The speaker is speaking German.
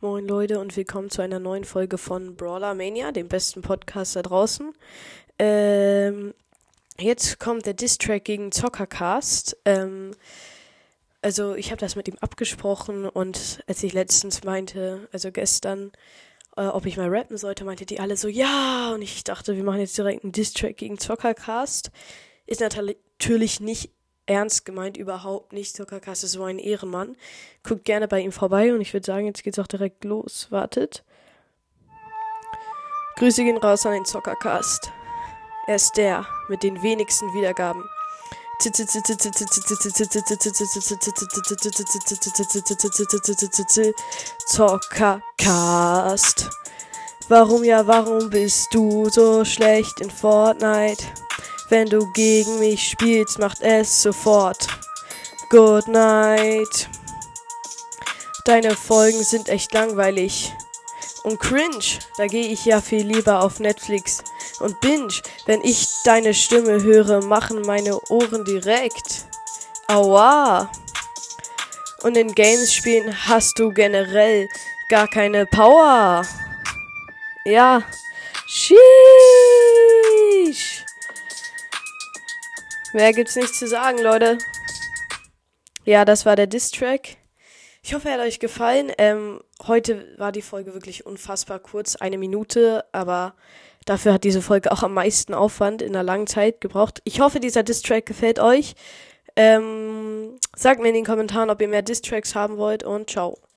Moin Leute und willkommen zu einer neuen Folge von Brawler Mania, dem besten Podcast da draußen. Jetzt kommt der Diss-Track gegen Zockercast. Also ich habe das mit ihm abgesprochen und als ich letztens meinte, also gestern, ob ich mal rappen sollte, meinte die alle so, ja. Und ich dachte, wir machen jetzt direkt einen Diss-Track gegen Zockercast. Ist natürlich nicht ernst gemeint, überhaupt nicht. Zockercast ist so ein Ehrenmann. Guckt gerne bei ihm vorbei und ich würde sagen, jetzt geht's auch direkt los. Wartet. Grüße gehen raus an den Zockercast. Er ist der mit den wenigsten Wiedergaben. Zockercast. Warum bist du so schlecht in Fortnite? Wenn du gegen mich spielst, macht es sofort Good night. Deine Folgen sind echt langweilig und cringe. Da gehe ich ja viel lieber auf Netflix und binge. Wenn ich deine Stimme höre, machen meine Ohren direkt Aua. Und in Games spielen hast du generell gar keine Power. Ja, sheesh. Mehr gibt's nicht zu sagen, Leute. Ja, das war der Diss-Track. Ich hoffe, er hat euch gefallen. Heute war die Folge wirklich unfassbar kurz, 1 Minute, aber dafür hat diese Folge auch am meisten Aufwand in einer langen Zeit gebraucht. Ich hoffe, dieser Diss-Track gefällt euch. Sagt mir in den Kommentaren, ob ihr mehr Diss-Tracks haben wollt und ciao.